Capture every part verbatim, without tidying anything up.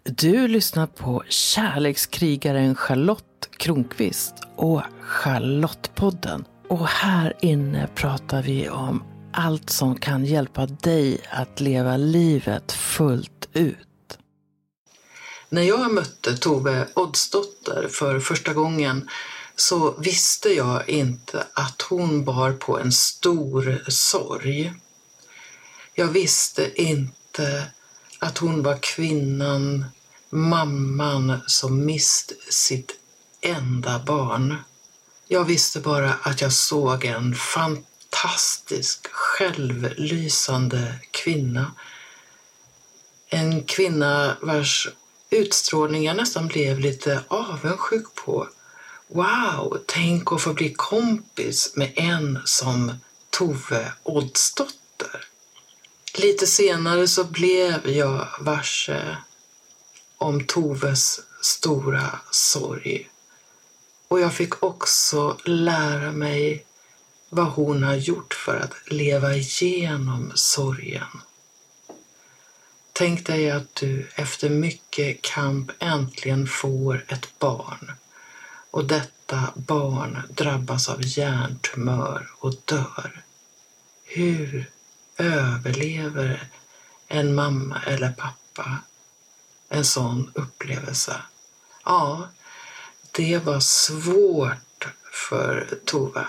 Du lyssnar på kärlekskrigaren Charlotte Kronqvist och Charlottepodden. Och här inne pratar vi om allt som kan hjälpa dig att leva livet fullt ut. När jag mötte Tove Oddsdotter för första gången så visste jag inte att hon bar på en stor sorg. Jag visste inte att hon var kvinnan, mamman som mist sitt enda barn. Jag visste bara att jag såg en fantastisk, självlysande kvinna. En kvinna vars utstrålning jag nästan blev lite avundsjuk på. Wow, tänk att få bli kompis med en som Tove Oddsdotter. Lite senare så blev jag varse om Toves stora sorg. Och jag fick också lära mig vad hon har gjort för att leva igenom sorgen. Tänk dig att du efter mycket kamp äntligen får ett barn. Och detta barn drabbas av hjärntumör och dör. Hur överlever en mamma eller pappa en sån upplevelse? Ja, det var svårt för Tove.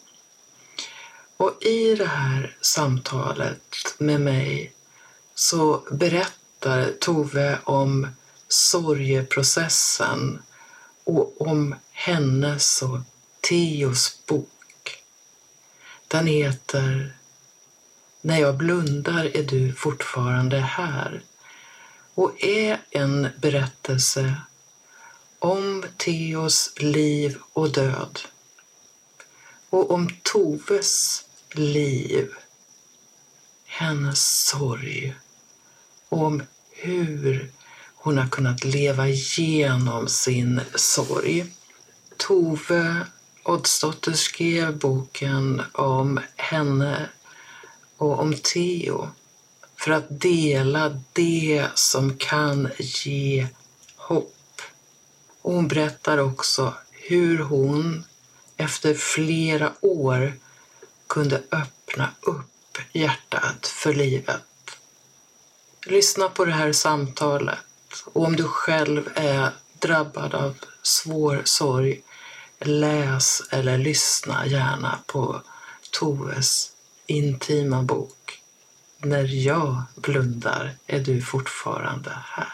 Och i det här samtalet med mig så berättar Tove om sorgeprocessen och om hennes och Theos bok. Den heter När jag blundar är du fortfarande här och är en berättelse om Theos liv och död och om Toves liv, hennes sorg och om hur hon har kunnat leva igenom sin sorg. Tove Oddsdotter skrev boken om henne och om Theo för att dela det som kan ge hopp. Och hon berättar också hur hon efter flera år kunde öppna upp hjärtat för livet. Lyssna på det här samtalet och om du själv är drabbad av svår sorg, läs eller lyssna gärna på Toves intima bok. När jag blundar är du fortfarande här.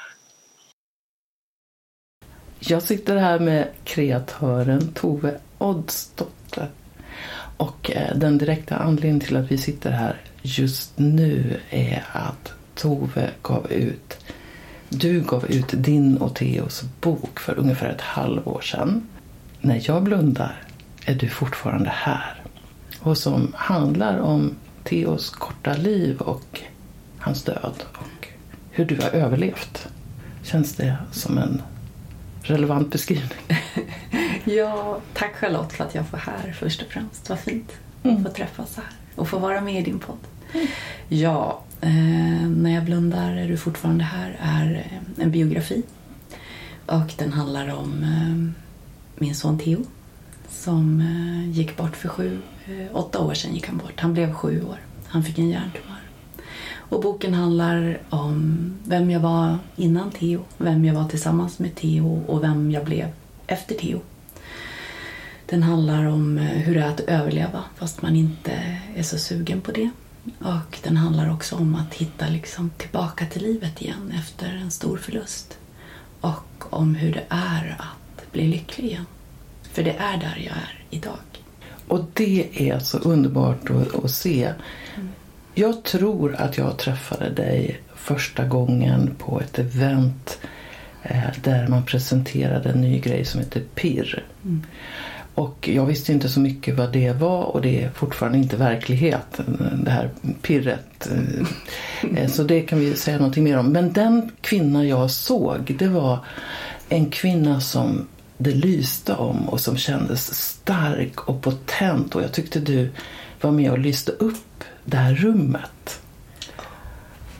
Jag sitter här med kreatören Tove Oddsdotter. Och den direkta anledningen till att vi sitter här just nu är att Tove gav ut, du gav ut din och Theos bok för ungefär ett halvår sedan. När jag blundar är du fortfarande här. Och som handlar om Theos korta liv och hans död och hur du har överlevt. Känns det som en relevant beskrivning? Ja, tack Charlotte för att jag får här först och främst. Vad fint att mm. få träffas här och få vara med i din podd. Mm. Ja, eh, När jag blundar är du fortfarande här är en biografi. Och den handlar om eh, min son Theo som eh, gick bort för sju, eh, åtta år sedan gick han bort. Han blev sju år. Han fick en hjärntumör. Och boken handlar om vem jag var innan Theo, vem jag var tillsammans med Theo och vem jag blev efter Theo. Den handlar om hur det är att överleva fast man inte är så sugen på det. Och den handlar också om att hitta liksom tillbaka till livet igen efter en stor förlust. Och om hur det är att bli lycklig igen. För det är där jag är idag. Och det är så underbart att, att se. Mm. Jag tror att jag träffade dig första gången på ett event eh, där man presenterade en ny grej som heter Pirr. Mm. Och jag visste inte så mycket vad det var och det är fortfarande inte verklighet, det här pirret. Mm. Så det kan vi säga någonting mer om. Men den kvinna jag såg, det var en kvinna som det lyste om och som kändes stark och potent. Och jag tyckte du var med och lyste upp det här rummet.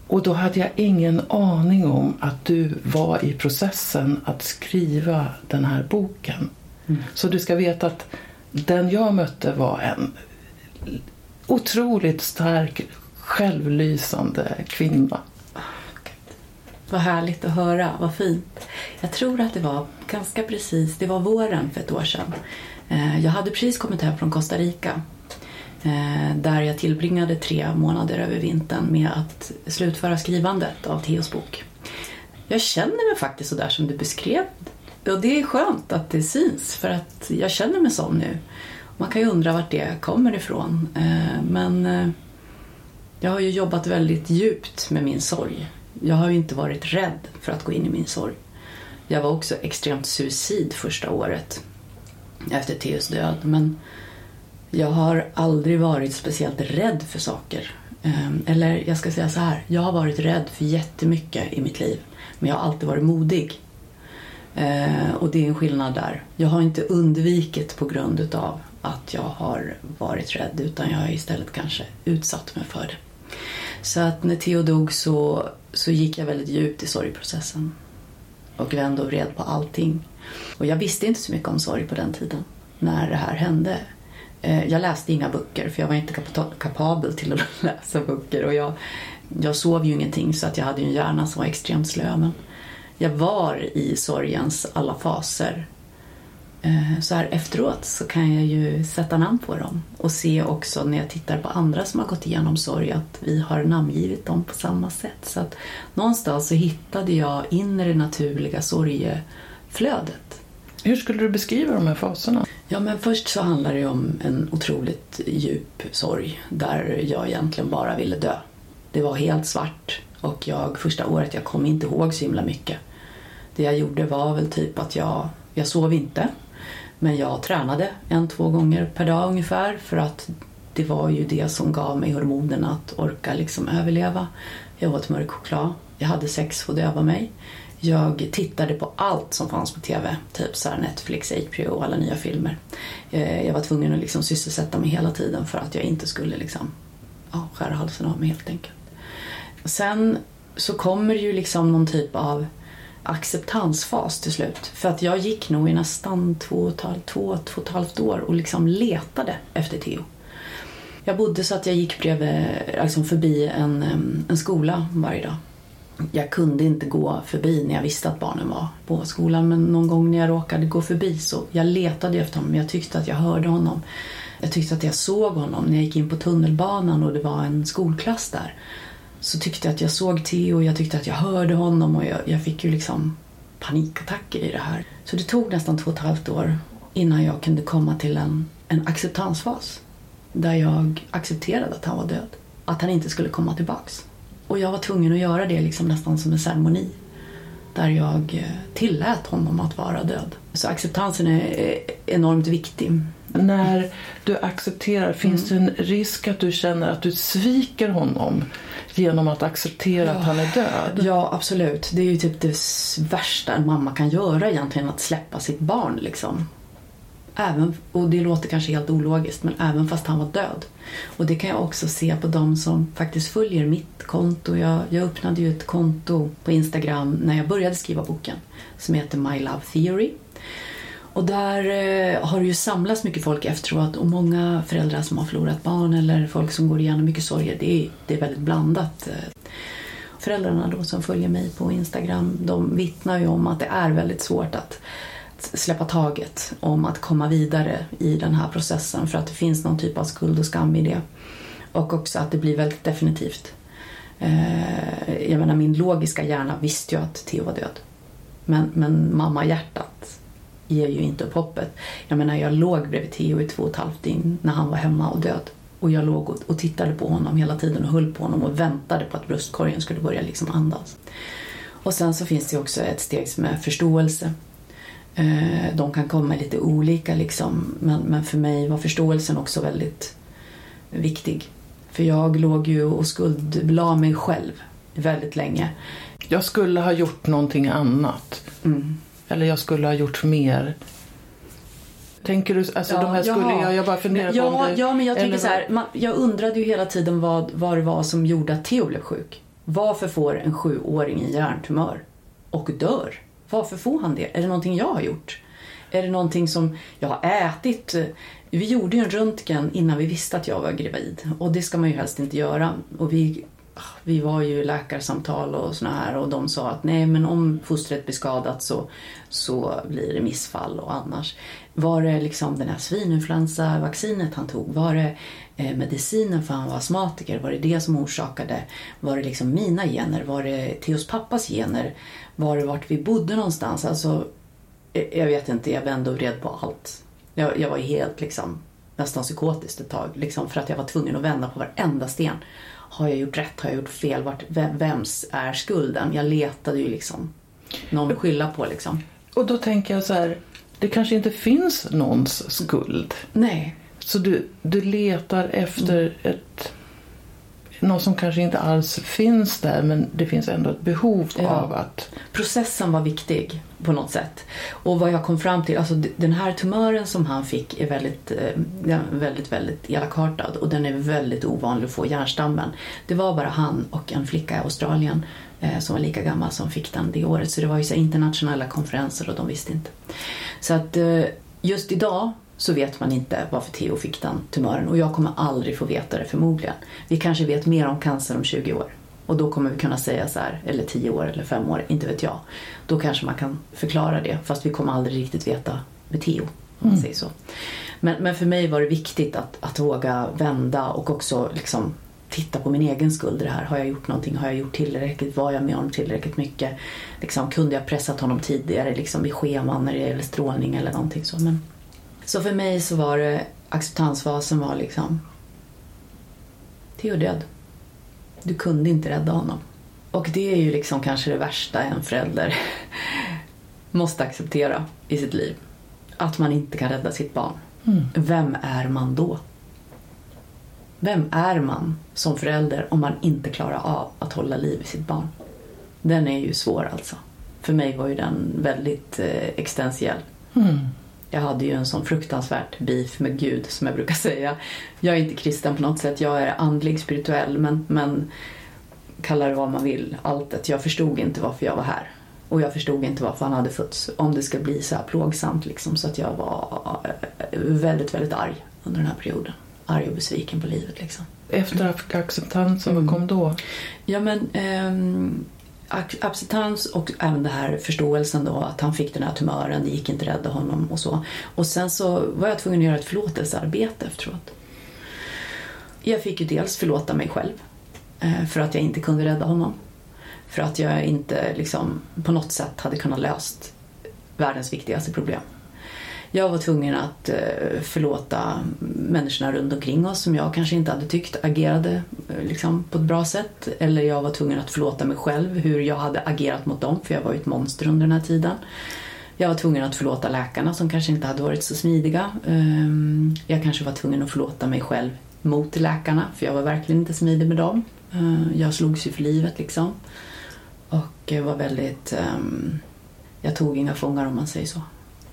Och då hade jag ingen aning om att du var i processen att skriva den här boken. Mm. Så du ska veta att den jag mötte var en otroligt stark, självlysande kvinna. Vad härligt att höra, vad fint. Jag tror att det var ganska precis, det var våren för ett år sedan. Jag hade precis kommit hem från Costa Rica. Där jag tillbringade tre månader över vintern med att slutföra skrivandet av Theos bok. Jag känner mig faktiskt så där som du beskrev. Och det är skönt att det syns, för att jag känner mig så nu. Man kan ju undra vart det kommer ifrån. Men jag har ju jobbat väldigt djupt med min sorg. Jag har ju inte varit rädd för att gå in i min sorg. Jag var också extremt suicid första året efter Theos död. Men jag har aldrig varit speciellt rädd för saker. Eller jag ska säga så här. Jag har varit rädd för jättemycket i mitt liv. Men jag har alltid varit modig. Och det är en skillnad där. Jag har inte undvikit på grund av att jag har varit rädd. Utan jag har istället kanske utsatt mig för det. Så att när Theo dog så, så gick jag väldigt djupt i sorgprocessen. Och vände och vred på allting. Och jag visste inte så mycket om sorg på den tiden. När det här hände. Jag läste inga böcker, för jag var inte kapabel till att läsa böcker. Och jag, jag sov ju ingenting, så att jag hade en hjärna som var extremt slö. Men jag var i sorgens alla faser. Så här efteråt så kan jag ju sätta namn på dem. Och se också när jag tittar på andra som har gått igenom sorg att vi har namngivit dem på samma sätt. Så att någonstans så hittade jag in i det naturliga sorgeflödet. Hur skulle du beskriva de här faserna? Ja, men först så handlar det om en otroligt djup sorg där jag egentligen bara ville dö. Det var helt svart och jag, första året jag kom inte ihåg så himla mycket. Det jag gjorde var väl typ att jag, jag sov inte, men jag tränade en, två gånger per dag ungefär, för att det var ju det som gav mig hormonerna att orka liksom överleva. Jag åt mörk choklad, jag hade sex för att döva mig. Jag tittade på allt som fanns på tv, typ så här Netflix, H B O och alla nya filmer. Jag var tvungen att liksom sysselsätta mig hela tiden för att jag inte skulle liksom, ja, skära halsen av mig helt enkelt. Sen så kommer ju liksom någon typ av acceptansfas till slut. För att jag gick nog i nästan två och ett halvt, två, två och ett halvt år och liksom letade efter Theo. Jag bodde så att jag gick bredvid, liksom förbi en, en skola varje dag. Jag kunde inte gå förbi när jag visste att barnen var på skolan, men någon gång när jag råkade gå förbi så jag letade efter honom. Jag tyckte att jag hörde honom. Jag tyckte att jag såg honom när jag gick in på tunnelbanan och det var en skolklass där. Så tyckte jag att jag såg Theo och jag tyckte att jag hörde honom, och jag, jag fick ju liksom panikattacker i det här. Så det tog nästan två och ett halvt år innan jag kunde komma till en, en acceptansfas där jag accepterade att han var död. Att han inte skulle komma tillbaks. Och jag var tvungen att göra det liksom nästan som en ceremoni. Där jag tillät honom att vara död. Så acceptansen är enormt viktig. När du accepterar, finns mm. det en risk att du känner att du sviker honom genom att acceptera ja. att han är död? Ja, absolut. Det är ju typ det värsta en mamma kan göra egentligen, att släppa sitt barn liksom. Även, och det låter kanske helt ologiskt, men även fast han var död. Och det kan jag också se på de som faktiskt följer mitt konto. Jag, jag öppnade ju ett konto på Instagram när jag började skriva boken, som heter My Love Theory. Och där eh, har det ju samlats mycket folk efteråt, och många föräldrar som har förlorat barn eller folk som går igenom mycket sorger. Det är, det är väldigt blandat. Föräldrarna då som följer mig på Instagram, de vittnar ju om att det är väldigt svårt att släppa taget om att komma vidare i den här processen, för att det finns någon typ av skuld och skam i det. Och också att det blir väldigt definitivt. Eh, jag menar, min logiska hjärna visste ju att Theo var död. Men, men mamma hjärtat ger ju inte upp hoppet. Jag menar, jag låg bredvid Theo i två och ett halvt dygn när han var hemma och död. Och jag låg och, och tittade på honom hela tiden och höll på honom och väntade på att bröstkorgen skulle börja liksom andas. Och sen så finns det också ett steg som är förståelse. De kan komma lite olika liksom, men, men för mig var förståelsen också väldigt viktig. För jag låg ju och skuldbelade mig själv väldigt länge. Jag skulle ha gjort någonting annat. Mm. Eller jag skulle ha gjort mer. Tänker du, alltså ja, de här skulle jag, jag bara funderar men, på ja, om det... Ja, men jag tänker eller... så här, man, jag undrade ju hela tiden vad, vad det var som gjorde att Theo blev sjuk. Varför får en sjuåring en hjärntumör och dör? Varför får han det? Är det någonting jag har gjort? Är det någonting som jag har ätit? Vi gjorde ju en röntgen innan vi visste att jag var gravid. Och det ska man ju helst inte göra. Och vi, vi var ju i läkarsamtal och såna här. Och de sa att nej, men om fostret blir skadat så, så blir det missfall och annars. Var det liksom den här svininfluensa-vaccinet han tog? Var det eh, medicinen för han var astmatiker? Var det det som orsakade? Var det liksom mina gener? Var det Theos pappas gener? Var det vart vi bodde någonstans? Alltså, jag vet inte, jag vände och vred på allt. Jag, jag var helt liksom nästan psykotiskt ett tag. Liksom, för att jag var tvungen att vända på varenda sten. Har jag gjort rätt? Har jag gjort fel? Vart, vems är skulden? Jag letade ju liksom någon att skylla på liksom. Och då tänker jag så här, det kanske inte finns någons skuld. Nej. Så du, du letar efter mm. ett, något som kanske inte alls finns där, men det finns ändå ett behov ja. av att... Processen var viktig på något sätt. Och vad jag kom fram till, alltså den här tumören som han fick är väldigt, väldigt, väldigt elakartad. Och den är väldigt ovanlig att få, hjärnstammen. Det var bara han och en flicka i Australien eh, som var lika gammal som fick den det året. Så det var ju så internationella konferenser och de visste inte. Så att eh, just idag så vet man inte varför Theo fick den tumören. Och jag kommer aldrig få veta det förmodligen. Vi kanske vet mer om cancer om tjugo år. Och då kommer vi kunna säga så här, eller tio år eller fem år, inte vet jag. Då kanske man kan förklara det, fast vi kommer aldrig riktigt veta med Theo, om man mm. säger så. Men, men för mig var det viktigt att, att våga vända och också liksom titta på min egen skuld i det här. Har jag gjort någonting? Har jag gjort tillräckligt? Var jag med honom tillräckligt mycket? Liksom, kunde jag pressat honom tidigare liksom, i scheman när det gäller strålning eller någonting så. Men, så för mig så var det, acceptansfasen var liksom, Theo död. Du kunde inte rädda honom. Och det är ju liksom kanske det värsta en förälder måste acceptera i sitt liv. Att man inte kan rädda sitt barn. Mm. Vem är man då? Vem är man som förälder om man inte klarar av att hålla liv i sitt barn? Den är ju svår alltså. För mig var ju den väldigt eh, existentiell. Mm. Jag hade ju en sån fruktansvärt beef med Gud, som jag brukar säga. Jag är inte kristen på något sätt. Jag är andlig, spirituell, men, men kalla det vad man vill. Alltet. Jag förstod inte varför jag var här. Och jag förstod inte varför han hade fötts. Om det ska bli så här plågsamt liksom. Så att jag var väldigt, väldigt arg under den här perioden. Arg och besviken på livet liksom. Efter acceptansen, mm. vad kom då? Ja men... Ehm... acceptans och även det här förståelsen då att han fick den här tumören, det gick inte rädda honom och så. Och sen så var jag tvungen att göra ett förlåtelsearbete efteråt. Jag fick ju dels förlåta mig själv för att jag inte kunde rädda honom. För att jag inte liksom på något sätt hade kunnat löst världens viktigaste problem. Jag var tvungen att förlåta människorna runt omkring oss som jag kanske inte hade tyckt agerade liksom, på ett bra sätt. Eller jag var tvungen att förlåta mig själv hur jag hade agerat mot dem, för jag var ju ett monster under den här tiden. Jag var tvungen att förlåta läkarna som kanske inte hade varit så smidiga. Jag kanske var tvungen att förlåta mig själv mot läkarna, för jag var verkligen inte smidig med dem. Jag slogs ju för livet liksom. Och var väldigt... Jag tog inga fångar, om man säger så.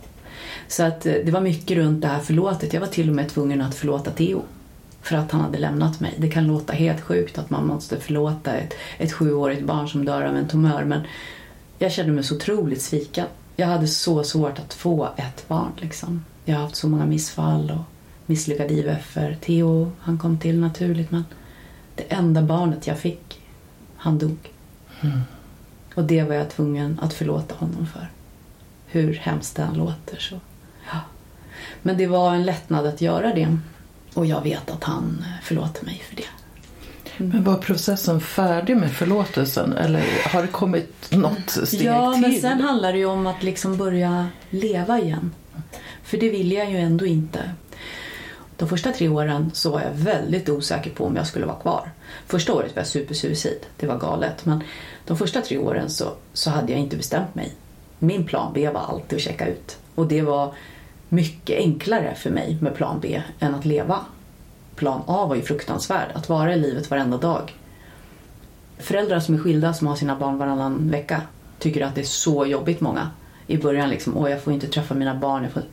Så att det var mycket runt det här förlåtet. Jag var till och med tvungen att förlåta Theo för att han hade lämnat mig. Det kan låta helt sjukt att man måste förlåta ett, ett sjuårigt barn som dör av en tumör, men jag kände mig så otroligt sviken. Jag hade så svårt att få ett barn liksom. Jag har haft så många missfall och misslyckade I V F-er. Theo, han kom till naturligt, men det enda barnet jag fick, han dog. Mm. Och det var jag tvungen att förlåta honom för. Hur hemskt det låter så. Ja. Men det var en lättnad att göra det. Och jag vet att han förlåter mig för det. Mm. Men var processen färdig med förlåtelsen? Eller har det kommit något steg ja, till? Ja, men sen handlar det ju om att liksom börja leva igen. För det vill jag ju ändå inte. De första tre åren så var jag väldigt osäker på om jag skulle vara kvar. Första året var jag supersuicid. Det var galet. Men de första tre åren så, så hade jag inte bestämt mig. Min plan B var alltid att checka ut. Och det var mycket enklare för mig med plan B än att leva. Plan A var ju fruktansvärd. Att vara i livet varenda dag. Föräldrar som är skilda, som har sina barn varannan vecka, tycker att det är så jobbigt många. I början liksom, åh jag får inte träffa mina barn. Jag får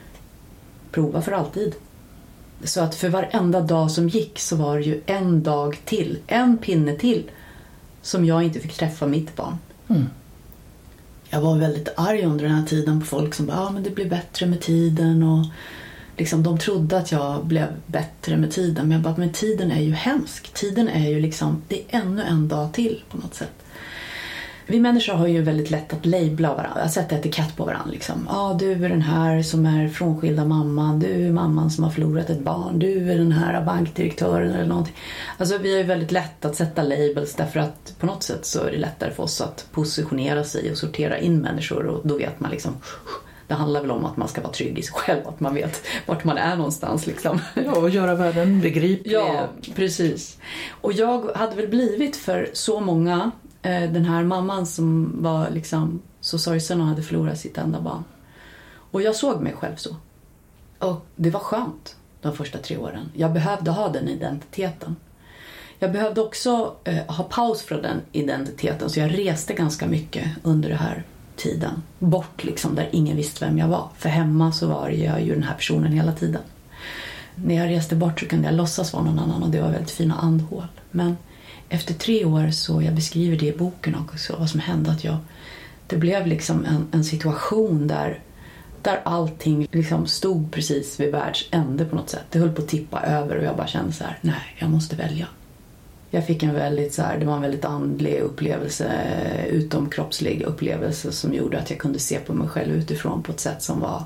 prova för alltid. Så att för varenda dag som gick så var det ju en dag till, en pinne till, som jag inte fick träffa mitt barn. Mm. Jag var väldigt arg under den här tiden på folk som bara, ja men det blir bättre med tiden, och liksom, de trodde att jag blev bättre med tiden, men jag bara, men tiden är ju hemsk. Tiden är ju liksom, det är ännu en dag till på något sätt. Vi människor har ju väldigt lätt att labla varandra, att sätta etikett på varandra. Liksom. Ja, du är den här som är frånskilda mamman, du är mamman som har förlorat ett barn, du är den här bankdirektören eller någonting. Alltså vi har ju väldigt lätt att sätta labels, därför att på något sätt så är det lättare för oss att positionera sig och sortera in människor, och då vet man liksom, det handlar väl om att man ska vara trygg i sig själv, att man vet vart man är någonstans liksom. Ja, och göra världen begriplig. Ja, precis. Och jag hade väl blivit för så många, den här mamman som var liksom så sorgsen och hade förlorat sitt enda barn. Och jag såg mig själv så. Och det var skönt de första tre åren. Jag behövde ha den identiteten. Jag behövde också eh, ha paus från den identiteten, så jag reste ganska mycket under den här tiden. Bort liksom, där ingen visste vem jag var. För hemma så var jag ju den här personen hela tiden. När jag reste bort så kunde jag låtsas vara någon annan, och det var väldigt fina andhål. Men efter tre år, så jag beskriver det i boken också, vad som hände, att jag, det blev liksom en, en situation där, där allting liksom stod precis vid världs ände på något sätt. Det höll på att tippa över, och jag bara kände så här, nej, jag måste välja. Jag fick en väldigt så här, det var en väldigt andlig upplevelse, utomkroppslig upplevelse, som gjorde att jag kunde se på mig själv utifrån på ett sätt som var,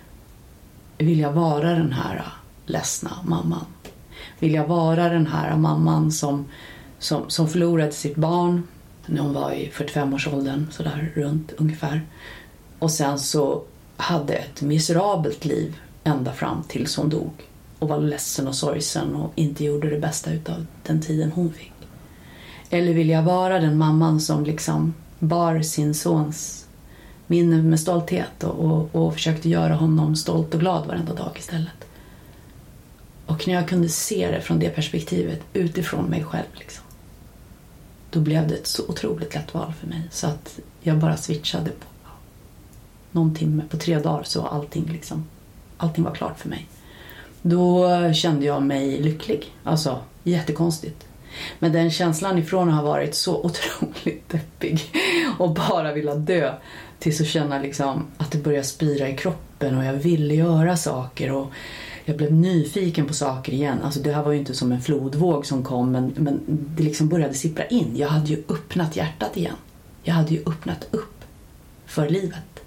vill jag vara den här ledsna mamman? Vill jag vara den här mamman som Som, som förlorade sitt barn när hon var i fyrtiofem-årsåldern, så där runt ungefär. Och sen så hade ett miserabelt liv ända fram tills hon dog. Och var ledsen och sorgsen och inte gjorde det bästa utav den tiden hon fick. Eller vill jag vara den mamman som liksom bar sin sons minne med stolthet och, och, och försökte göra honom stolt och glad varenda dag istället. Och när jag kunde se det från det perspektivet utifrån mig själv liksom, då blev det ett så otroligt lätt val för mig, så att jag bara switchade på någon timme, på tre dagar, så allting liksom, allting var klart för mig. Då kände jag mig lycklig, alltså jättekonstigt. Men den känslan ifrån har varit så otroligt deppig och bara vilja dö, tills att känna liksom att det började spira i kroppen och jag ville göra saker och jag blev nyfiken på saker igen. Alltså det här var ju inte som en flodvåg som kom, men, men det liksom började sippra in. Jag hade ju öppnat hjärtat igen. Jag hade ju öppnat upp för livet.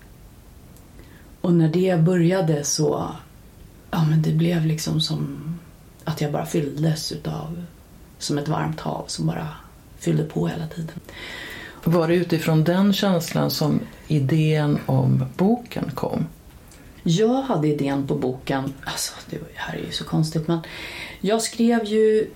Och när det började så, ja men det blev liksom som att jag bara fylldes utav, som ett varmt hav som bara fyllde på hela tiden. Var det utifrån den känslan som idén om boken kom? Jag hade idén på boken, alltså det här är ju så konstigt, men jag skrev ju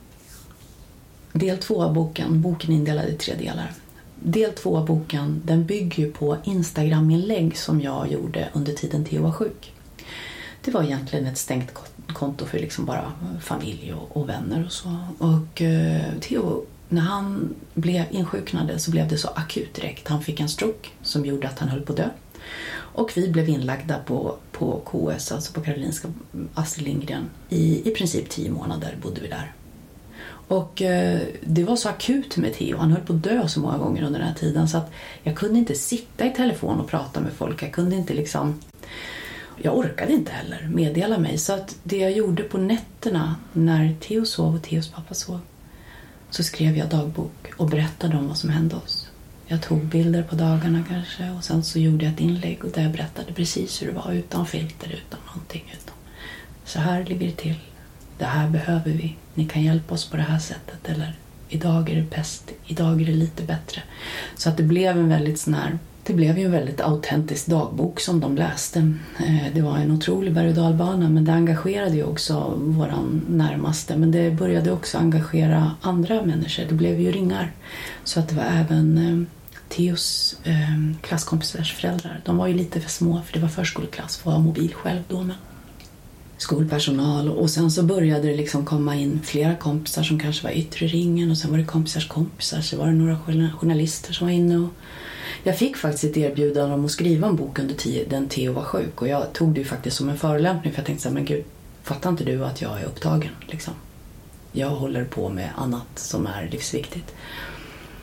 del två av boken, boken indelad i tre delar. Del två av boken, den bygger ju på Instagram-inlägg som jag gjorde under tiden Theo var sjuk. Det var egentligen ett stängt konto för liksom bara familj och, och vänner och så. Och eh, Theo, när han blev insjuknade så blev det så akut direkt. Han fick en stroke som gjorde att han höll på att dö. Och vi blev inlagda på, på K S, alltså på Karolinska Astrid Lindgren. I, I princip tio månader bodde vi där. Och eh, det var så akut med Theo. Han höll på att dö så många gånger under den här tiden. Så att jag kunde inte sitta i telefon och prata med folk. Jag kunde inte liksom... Jag orkade inte heller meddela mig. Så att det jag gjorde på nätterna när Theo sov och Theos pappa sov, så skrev jag dagbok och berättade om vad som hände oss. Jag tog bilder på dagarna kanske, och sen så gjorde jag ett inlägg och där jag berättade precis hur det var, utan filter, utan någonting. Utan. Så här ligger det till. Det här behöver vi. Ni kan hjälpa oss på det här sättet. Eller idag är det bäst, idag är det lite bättre. Så att det blev en väldigt sån här, det blev ju en väldigt autentisk dagbok som de läste. Det var en otrolig berg- och dalbana, men det engagerade ju också våran närmaste. Men det började också engagera andra människor. Det blev ju ringar. Så att det var även eh, Theos eh, klasskompisars föräldrar. De var ju lite för små, för det var förskoleklass, för att ha mobil själv då. Men skolpersonal, och sen så började det liksom komma in flera kompisar som kanske var yttre ringen, och sen var det kompisars kompisar, så var det några journalister som var inne. Och jag fick faktiskt ett erbjudande om att skriva en bok under tio, den Theo var sjuk, och jag tog det ju faktiskt som en förolämpning, för jag tänkte så här, men gud, fattar inte du att jag är upptagen liksom? Jag håller på med annat som är livsviktigt.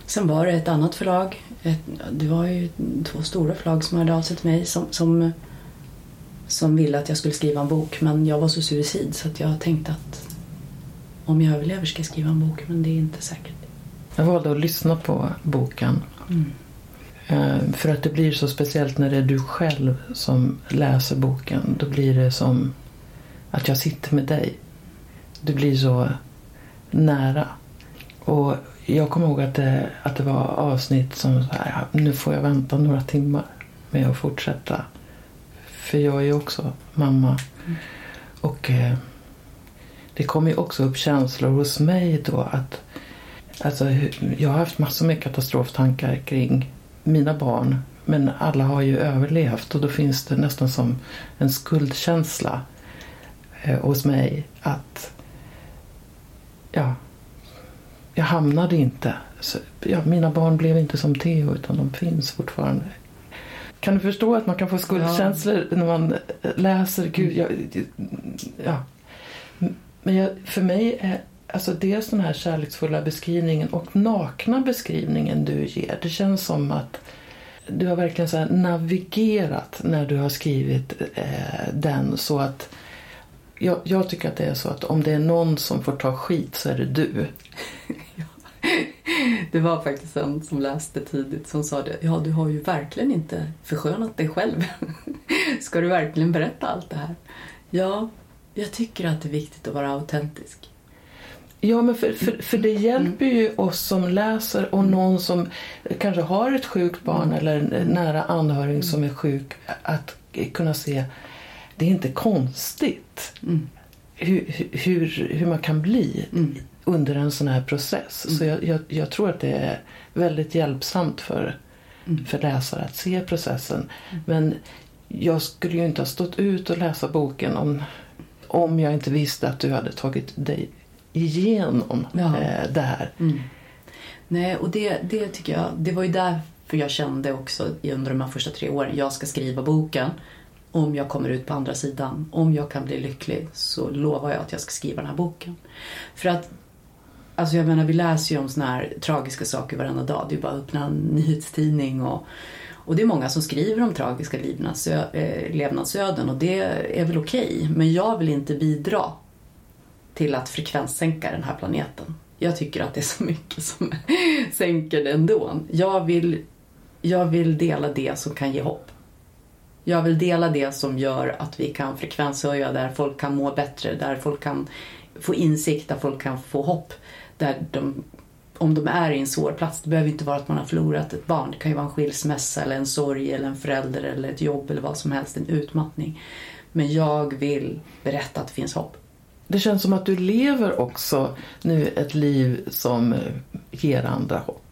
Sen var det ett annat förlag. Ett, det var ju två stora förlag som hade av sig till mig som, som, som ville att jag skulle skriva en bok. Men jag var så suicid så att jag tänkte att om jag överlever ska jag skriva en bok. Men det är inte säkert. Jag valde att lyssna på boken. Mm. För att det blir så speciellt när det är du själv som läser boken. Då blir det som att jag sitter med dig. Det blir så nära. Och jag kommer ihåg att det, att det var avsnitt som så här, nu får jag vänta några timmar med att fortsätta. För jag är ju också mamma. Mm. Och eh, det kommer ju också upp känslor hos mig då att alltså, jag har haft massor med katastroftankar kring mina barn. Men alla har ju överlevt och då finns det nästan som en skuldkänsla eh, hos mig att ja, jag hamnade inte. Så, ja, mina barn blev inte som Theo utan de finns fortfarande. Kan du förstå att man kan få skuldkänslor ja. när man läser? Gud, jag, ja. Men jag, för mig är alltså dels den här kärleksfulla beskrivningen och nakna beskrivningen du ger. Det känns som att du har verkligen så här navigerat när du har skrivit eh, den så att jag, jag tycker att det är så att om det är någon som får ta skit så är det du. Ja. Det var faktiskt en som läste tidigt som sa det. Ja, du har ju verkligen inte förskönat dig själv. Ska du verkligen berätta allt det här? Ja, jag tycker att det är viktigt att vara autentisk. Ja, men för, för, för det hjälper ju oss som läser och någon som kanske har ett sjukt barn eller en nära anhörig som är sjuk att kunna se, det är inte konstigt mm. hur, hur, hur man kan bli mm. under en sån här process. Mm. Så jag, jag, jag tror att det är väldigt hjälpsamt för, mm. för läsare att se processen. Mm. Men jag skulle ju inte ha stått ut och läsa boken om, om jag inte visste att du hade tagit dig igenom ja. eh, det här. Mm. Nej, och det, det tycker jag, det var ju därför jag kände också under de här första tre åren, jag ska skriva boken. Om jag kommer ut på andra sidan, om jag kan bli lycklig så lovar jag att jag ska skriva den här boken. För att, alltså jag menar, vi läser ju om såna här tragiska saker varenda dag. Det är bara att öppna en nyhetstidning och, och det är många som skriver om tragiska livnads, äh, levnadsöden och det är väl okej. Men jag vill inte bidra till att frekvenssänka den här planeten. Jag tycker att det är så mycket som sänker den ändå. Jag vill, jag vill dela det som kan ge hopp. Jag vill dela det som gör att vi kan frekvenshöja där folk kan må bättre, där folk kan få insikt, där folk kan få hopp. Där de, om de är i en svår plats, det behöver inte vara att man har förlorat ett barn. Det kan ju vara en skilsmässa eller en sorg eller en förälder eller ett jobb eller vad som helst, en utmattning. Men jag vill berätta att det finns hopp. Det känns som att du lever också nu ett liv som ger andra hopp.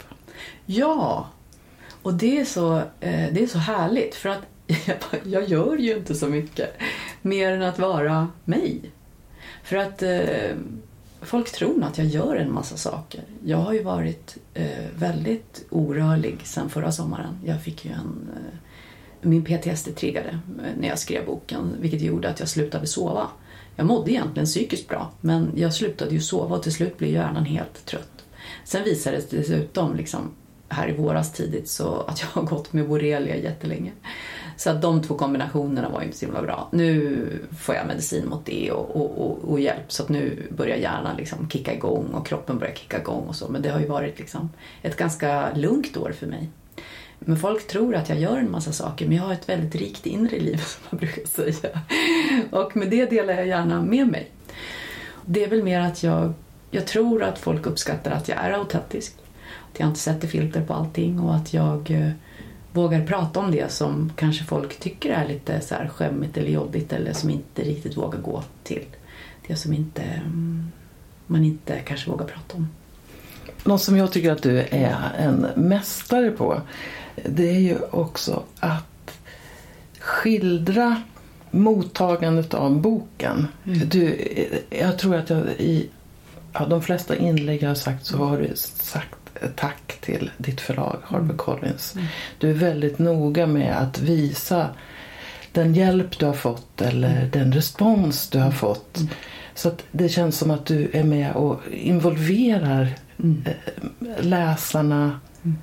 Ja, och det är så, det är så härligt för att jag gör ju inte så mycket mer än att vara mig. För att eh, folk tror att jag gör en massa saker. Jag har ju varit eh, väldigt orörlig sedan förra sommaren. Jag fick ju en... Eh, min P T S D triggade när jag skrev boken, vilket gjorde att jag slutade sova. Jag mådde egentligen psykiskt bra, men jag slutade ju sova och till slut blev hjärnan helt trött. Sen visade det dessutom liksom, här i våras tidigt så att jag har gått med borrelia jättelänge. Så att de två kombinationerna var inte så himla bra. Nu får jag medicin mot det och, och, och, och hjälp. Så att nu börjar hjärnan liksom kicka igång och kroppen börjar kicka igång och så. Men det har ju varit liksom ett ganska lugnt år för mig. Men folk tror att jag gör en massa saker. Men jag har ett väldigt rikt inre liv som man brukar säga. Och med det delar jag gärna med mig. Det är väl mer att jag, jag tror att folk uppskattar att jag är autentisk. Att jag inte sätter filter på allting och att jag eh, vågar prata om det som kanske folk tycker är lite så här skämmigt eller jobbigt eller som inte riktigt vågar gå till. Det som inte, mm, man inte kanske vågar prata om. Något som jag tycker att du är en mästare på, det är ju också att skildra mottagandet av boken. Mm. Du, jag tror att jag i ja, de flesta inlägg jag har sagt så har du sagt tack till ditt förlag HarperCollins. Mm. Du är väldigt noga med att visa den hjälp du har fått eller mm. den respons du har fått. Mm. Så att det känns som att du är med och involverar mm. läsarna mm.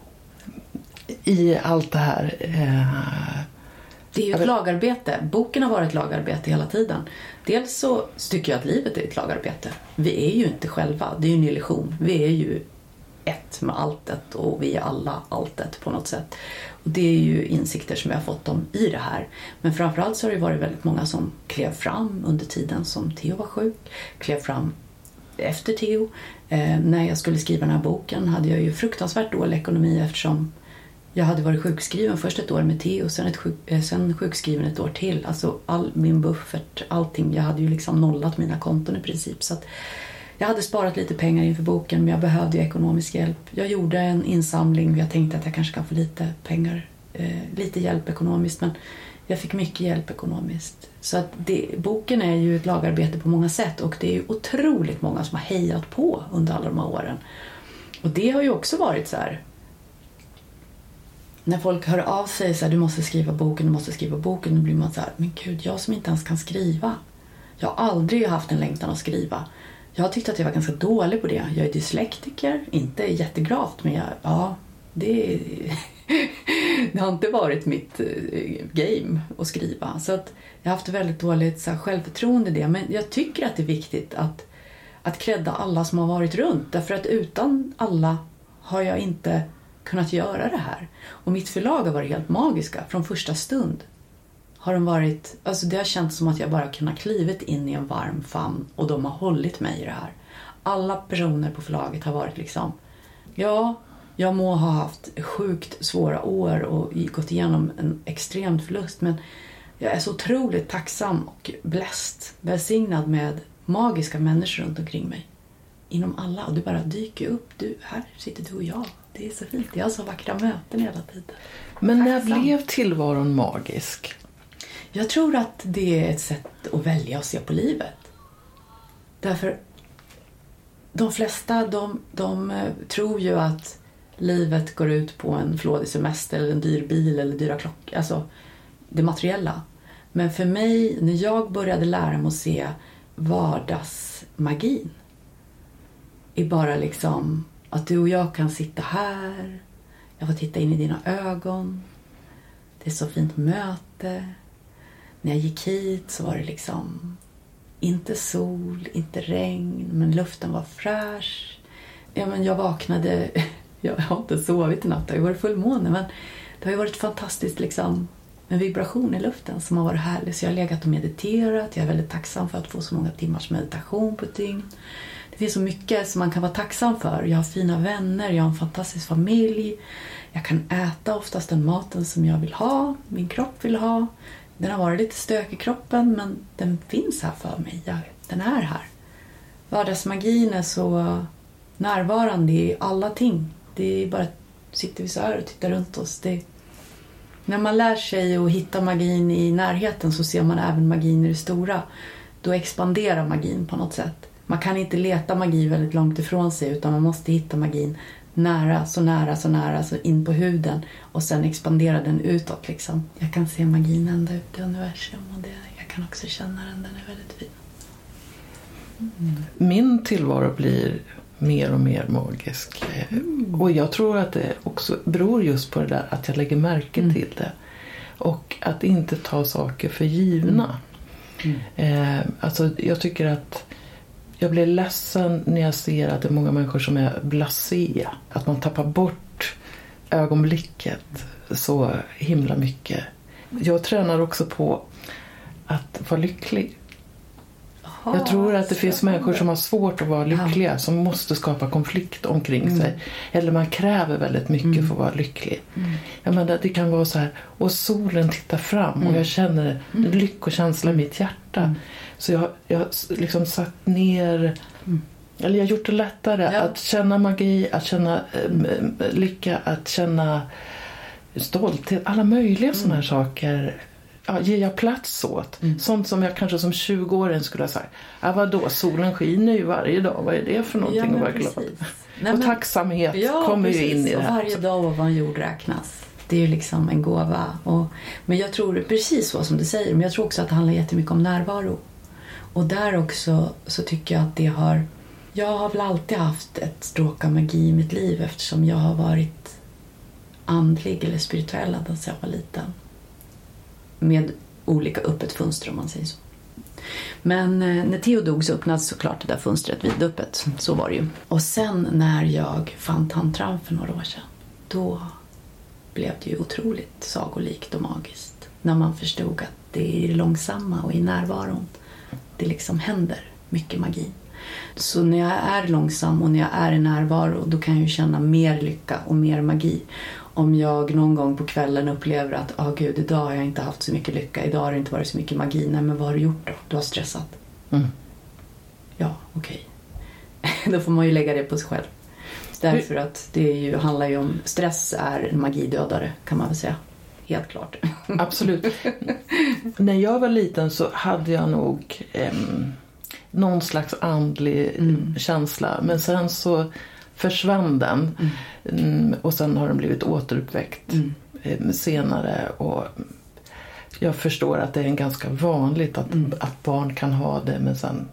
i allt det här. Det är ju ett lagarbete. Boken har varit lagarbete hela tiden. Dels så tycker jag att livet är ett lagarbete. Vi är ju inte själva. Det är ju en illusion. Vi är ju ett med alltet och vi är alla alltet på något sätt. Och det är ju insikter som jag har fått om i det här. Men framförallt så har det varit väldigt många som klev fram under tiden som Theo var sjuk. Klev fram efter Theo. Eh, när jag skulle skriva den här boken hade jag ju fruktansvärt dålig ekonomi eftersom jag hade varit sjukskriven först ett år med Theo och sen, ett sjuk, eh, sen sjukskriven ett år till. Alltså all min buffert, allting. Jag hade ju liksom nollat mina konton i princip. Så att jag hade sparat lite pengar inför boken men jag behövde ju ekonomisk hjälp. Jag gjorde en insamling och jag tänkte att jag kanske kan få lite pengar, eh, lite hjälp ekonomiskt. Men jag fick mycket hjälp ekonomiskt. Så att det, boken är ju ett lagarbete på många sätt och det är ju otroligt många som har hejat på under alla de här åren. Och det har ju också varit så här. När folk hör av sig så här, du måste skriva boken, du måste skriva boken, då blir man så här, men gud, jag som inte ens kan skriva. Jag har aldrig haft en längtan att skriva. Jag har tyckt att jag var ganska dålig på det. Jag är dyslektiker, inte jättegravt, men jag, ja, det, det har inte varit mitt game att skriva. Så att jag har haft väldigt dåligt så här, självförtroende i det. Men jag tycker att det är viktigt att, att credda alla som har varit runt. Därför att utan alla har jag inte kunnat göra det här. Och mitt förlag har varit helt magiska från första stund. Har de varit, alltså det har känts som att jag bara kunnat klivit in i en varm famn och de har hållit mig i det här. Alla personer på förlaget har varit liksom, ja, jag må ha haft sjukt svåra år och gått igenom en extrem förlust, men jag är så otroligt tacksam och bläst, välsignad med magiska människor runt omkring mig. Inom alla, och du bara dyker upp, du, här sitter du och jag. Det är så fint, jag har så vackra möten hela tiden. Men när blev tillvaron magisk? Jag tror att det är ett sätt att välja och se på livet. Därför de flesta de, de tror ju att livet går ut på en flådig semester eller en dyr bil eller dyra klockor. Alltså det materiella. Men för mig, när jag började lära mig att se vardagsmagin, är bara liksom att du och jag kan sitta här. Jag får titta in i dina ögon. Det är så fint möte. När jag gick hit så var det liksom inte sol, inte regn, men luften var fräsch. Ja, men jag vaknade, jag har inte sovit i natt, det har ju varit fullmåne, men det har ju varit fantastiskt liksom, en vibration i luften som har varit härlig. Så jag har legat och mediterat, jag är väldigt tacksam för att få så många timmars meditation på ett dygn. Det finns så mycket som man kan vara tacksam för. Jag har fina vänner, jag har en fantastisk familj. Jag kan äta oftast den maten som jag vill ha, min kropp vill ha. Den har varit lite stök i kroppen, men den finns här för mig. Jag, den är här. Vardagsmagin är så närvarande i alla ting. Det är bara att sitter vi så här och tittar runt oss. Det, när man lär sig att hitta magin i närheten så ser man även magin i det stora. Då expanderar magin på något sätt. Man kan inte leta magi väldigt långt ifrån sig, utan man måste hitta magin nära, så nära, så nära, så in på huden. Och sen expandera den utåt liksom. Jag kan se magin ända ut i universum och det, jag kan också känna den, den är väldigt fin. Mm. Min tillvaro blir mer och mer magisk. Mm. Och jag tror att det också beror just på det där att jag lägger märke mm. till det. Och att inte ta saker för givna. Mm. Eh, alltså jag tycker att jag blir ledsen när jag ser att det är många människor som är blasé. Att man tappar bort ögonblicket så himla mycket. Jag tränar också på att vara lycklig. Aha, jag tror att det finns människor som har svårt att vara lyckliga. Ja. Som måste skapa konflikt omkring mm. sig. Eller man kräver väldigt mycket mm. för att vara lycklig. Mm. Jag menar, det kan vara så här. Och solen tittar fram mm. och jag känner en mm. lyckokänsla i mitt hjärta. Mm. Så jag har liksom satt ner, mm. eller jag har gjort det lättare ja. att känna magi, att känna mm. lycka, att känna stolthet, alla möjliga mm. sådana här saker. Ja, ger jag plats åt. Mm. Sånt som jag kanske som tjugo-åring skulle ha sagt. Ja, vadå, solen skiner ju varje dag. Vad är det för någonting ja, att vara glad? Nej, och men, tacksamhet ja, kommer precis. ju in i det här. Och varje dag av vad jord räknas. Det är ju liksom en gåva. Och, men jag tror precis så som du säger. Men jag tror också att det handlar jättemycket om närvaro. Och där också så tycker jag att det har Jag har väl alltid haft ett stråk av magi i mitt liv eftersom jag har varit andlig eller spirituell sedan jag var liten. Med olika öppet fönster om man säger så. Men när Theo dog så öppnades såklart det där fönstret vidöppet. Så var det ju. Och sen när jag fann tantran för några år sedan, då blev det ju otroligt sagolikt och magiskt. När man förstod att det är i det långsamma och i närvaron det liksom händer mycket magi. Så när jag är långsam och när jag är i närvaro, då kan jag ju känna mer lycka och mer magi. Om jag någon gång på kvällen upplever att ah, gud, idag har jag inte haft så mycket lycka, idag har det inte varit så mycket magi. Nej, men vad har du gjort då? Du har stressat. Mm. Ja, okej. Okay. Då får man ju lägga det på sig själv. Därför att det är ju, handlar ju om, stress är en magidödare kan man väl säga. Helt klart. Absolut. När jag var liten så hade jag nog eh, någon slags andlig mm. känsla. Men sen så försvann den. Mm. Mm, och sen har den blivit återuppväckt mm. eh, senare. Och jag förstår att det är ganska vanligt att, mm. att barn kan ha det, men sen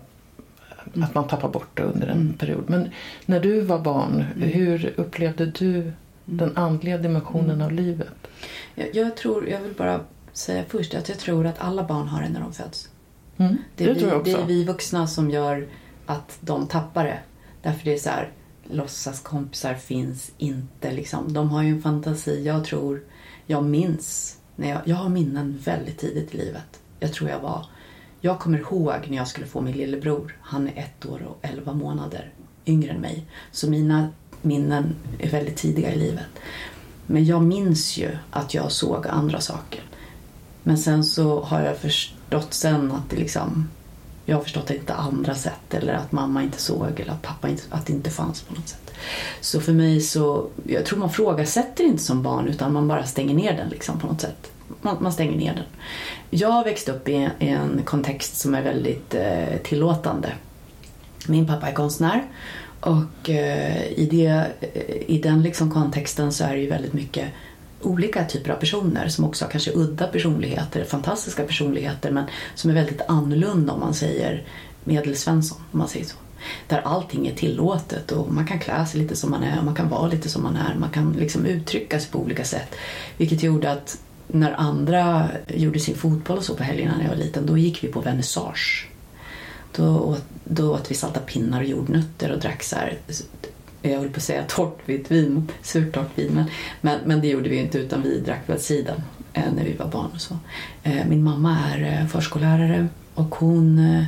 mm. att man tappar bort det under en mm. period. Men när du var barn, mm. hur upplevde du den andliga dimensionen mm. av livet? Jag, jag tror, jag vill bara säga först att jag tror att alla barn har det när de föds. Mm. Det, är det vi, tror jag också. Det är vi vuxna som gör att de tappar det. Därför det är så här, låtsaskompisar finns inte liksom. De har ju en fantasi. Jag tror, jag minns när jag, jag har minnen väldigt tidigt i livet. Jag tror jag var, jag kommer ihåg när jag skulle få min lillebror. Han är ett år och elva månader yngre än mig. Så mina minnen är väldigt tidiga i livet. Men jag minns ju att jag såg andra saker. Men sen så har jag förstått sen att det liksom, jag har förstått att det inte andra sätt, eller att mamma inte såg, eller att pappa inte, att det inte fanns på något sätt. Så för mig så, jag tror man frågasätter inte som barn, utan man bara stänger ner den liksom på något sätt. Man, man stänger ner den. Jag har växt upp i en, i en kontext som är väldigt eh, tillåtande. Min pappa är konstnär. Och eh, i, det, i den liksom kontexten så är det ju väldigt mycket olika typer av personer som också har kanske udda personligheter, fantastiska personligheter, men som är väldigt annorlunda om man säger medelsvensson, om man säger så. Där allting är tillåtet och man kan klä sig lite som man är och man kan vara lite som man är. Man kan liksom uttrycka sig på olika sätt. Vilket gjorde att när andra gjorde sin fotboll och så på helgerna när jag var liten, då gick vi på vernissage. Då åt, då åt vi salta pinnar och jordnötter och drack så här, jag vill på att säga torrt vitt vin, surt torrt vin, men, men, men det gjorde vi inte, utan vi drack väl sidan eh, när vi var barn och så. Eh, min mamma är eh, förskollärare och hon, eh,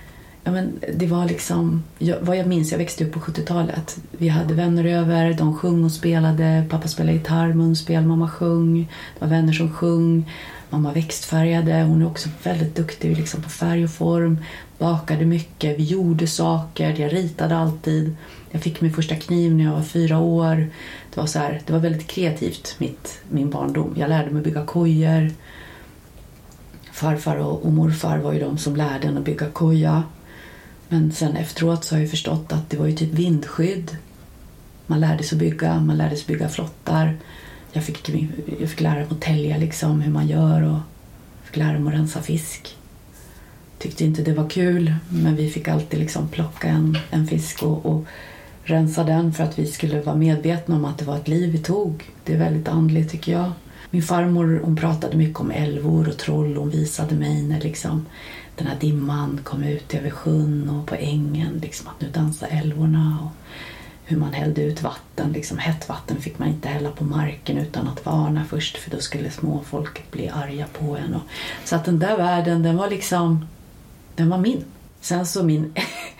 ja men det var liksom, jag, vad jag minns, jag växte upp på sjuttiotalet. Vi hade vänner över, de sjöng och spelade, pappa spelade gitarr, munspel, mamma sjöng, det var vänner som sjöng. Mamma växtfärgade, hon är också väldigt duktig liksom på färg och form. Bakade mycket, vi gjorde saker, jag ritade alltid. Jag fick min första kniv när jag var fyra år. Det var så här, det var väldigt kreativt, mitt, min barndom. Jag lärde mig bygga kojor. Farfar och, och morfar var ju de som lärde en att bygga koja. Men sen efteråt så har jag förstått att det var ju typ vindskydd. Man lärde sig bygga, man lärde sig bygga flottar. Jag fick, jag fick lära mig att tälja liksom, hur man gör, och fick lära mig att rensa fisk. Tyckte inte det var kul, men vi fick alltid liksom plocka en, en fisk och, och rensa den för att vi skulle vara medvetna om att det var ett liv vi tog. Det är väldigt andligt tycker jag. Min farmor, hon pratade mycket om älvor och troll. Hon visade mig när liksom den här dimman kom ut över sjön och på ängen, liksom att nu dansar älvorna, och hur man hällde ut vatten, liksom hett vatten fick man inte hälla på marken utan att varna först, för då skulle småfolket bli arga på en. Och, så att den där världen, den var liksom, den var min. Sen så min,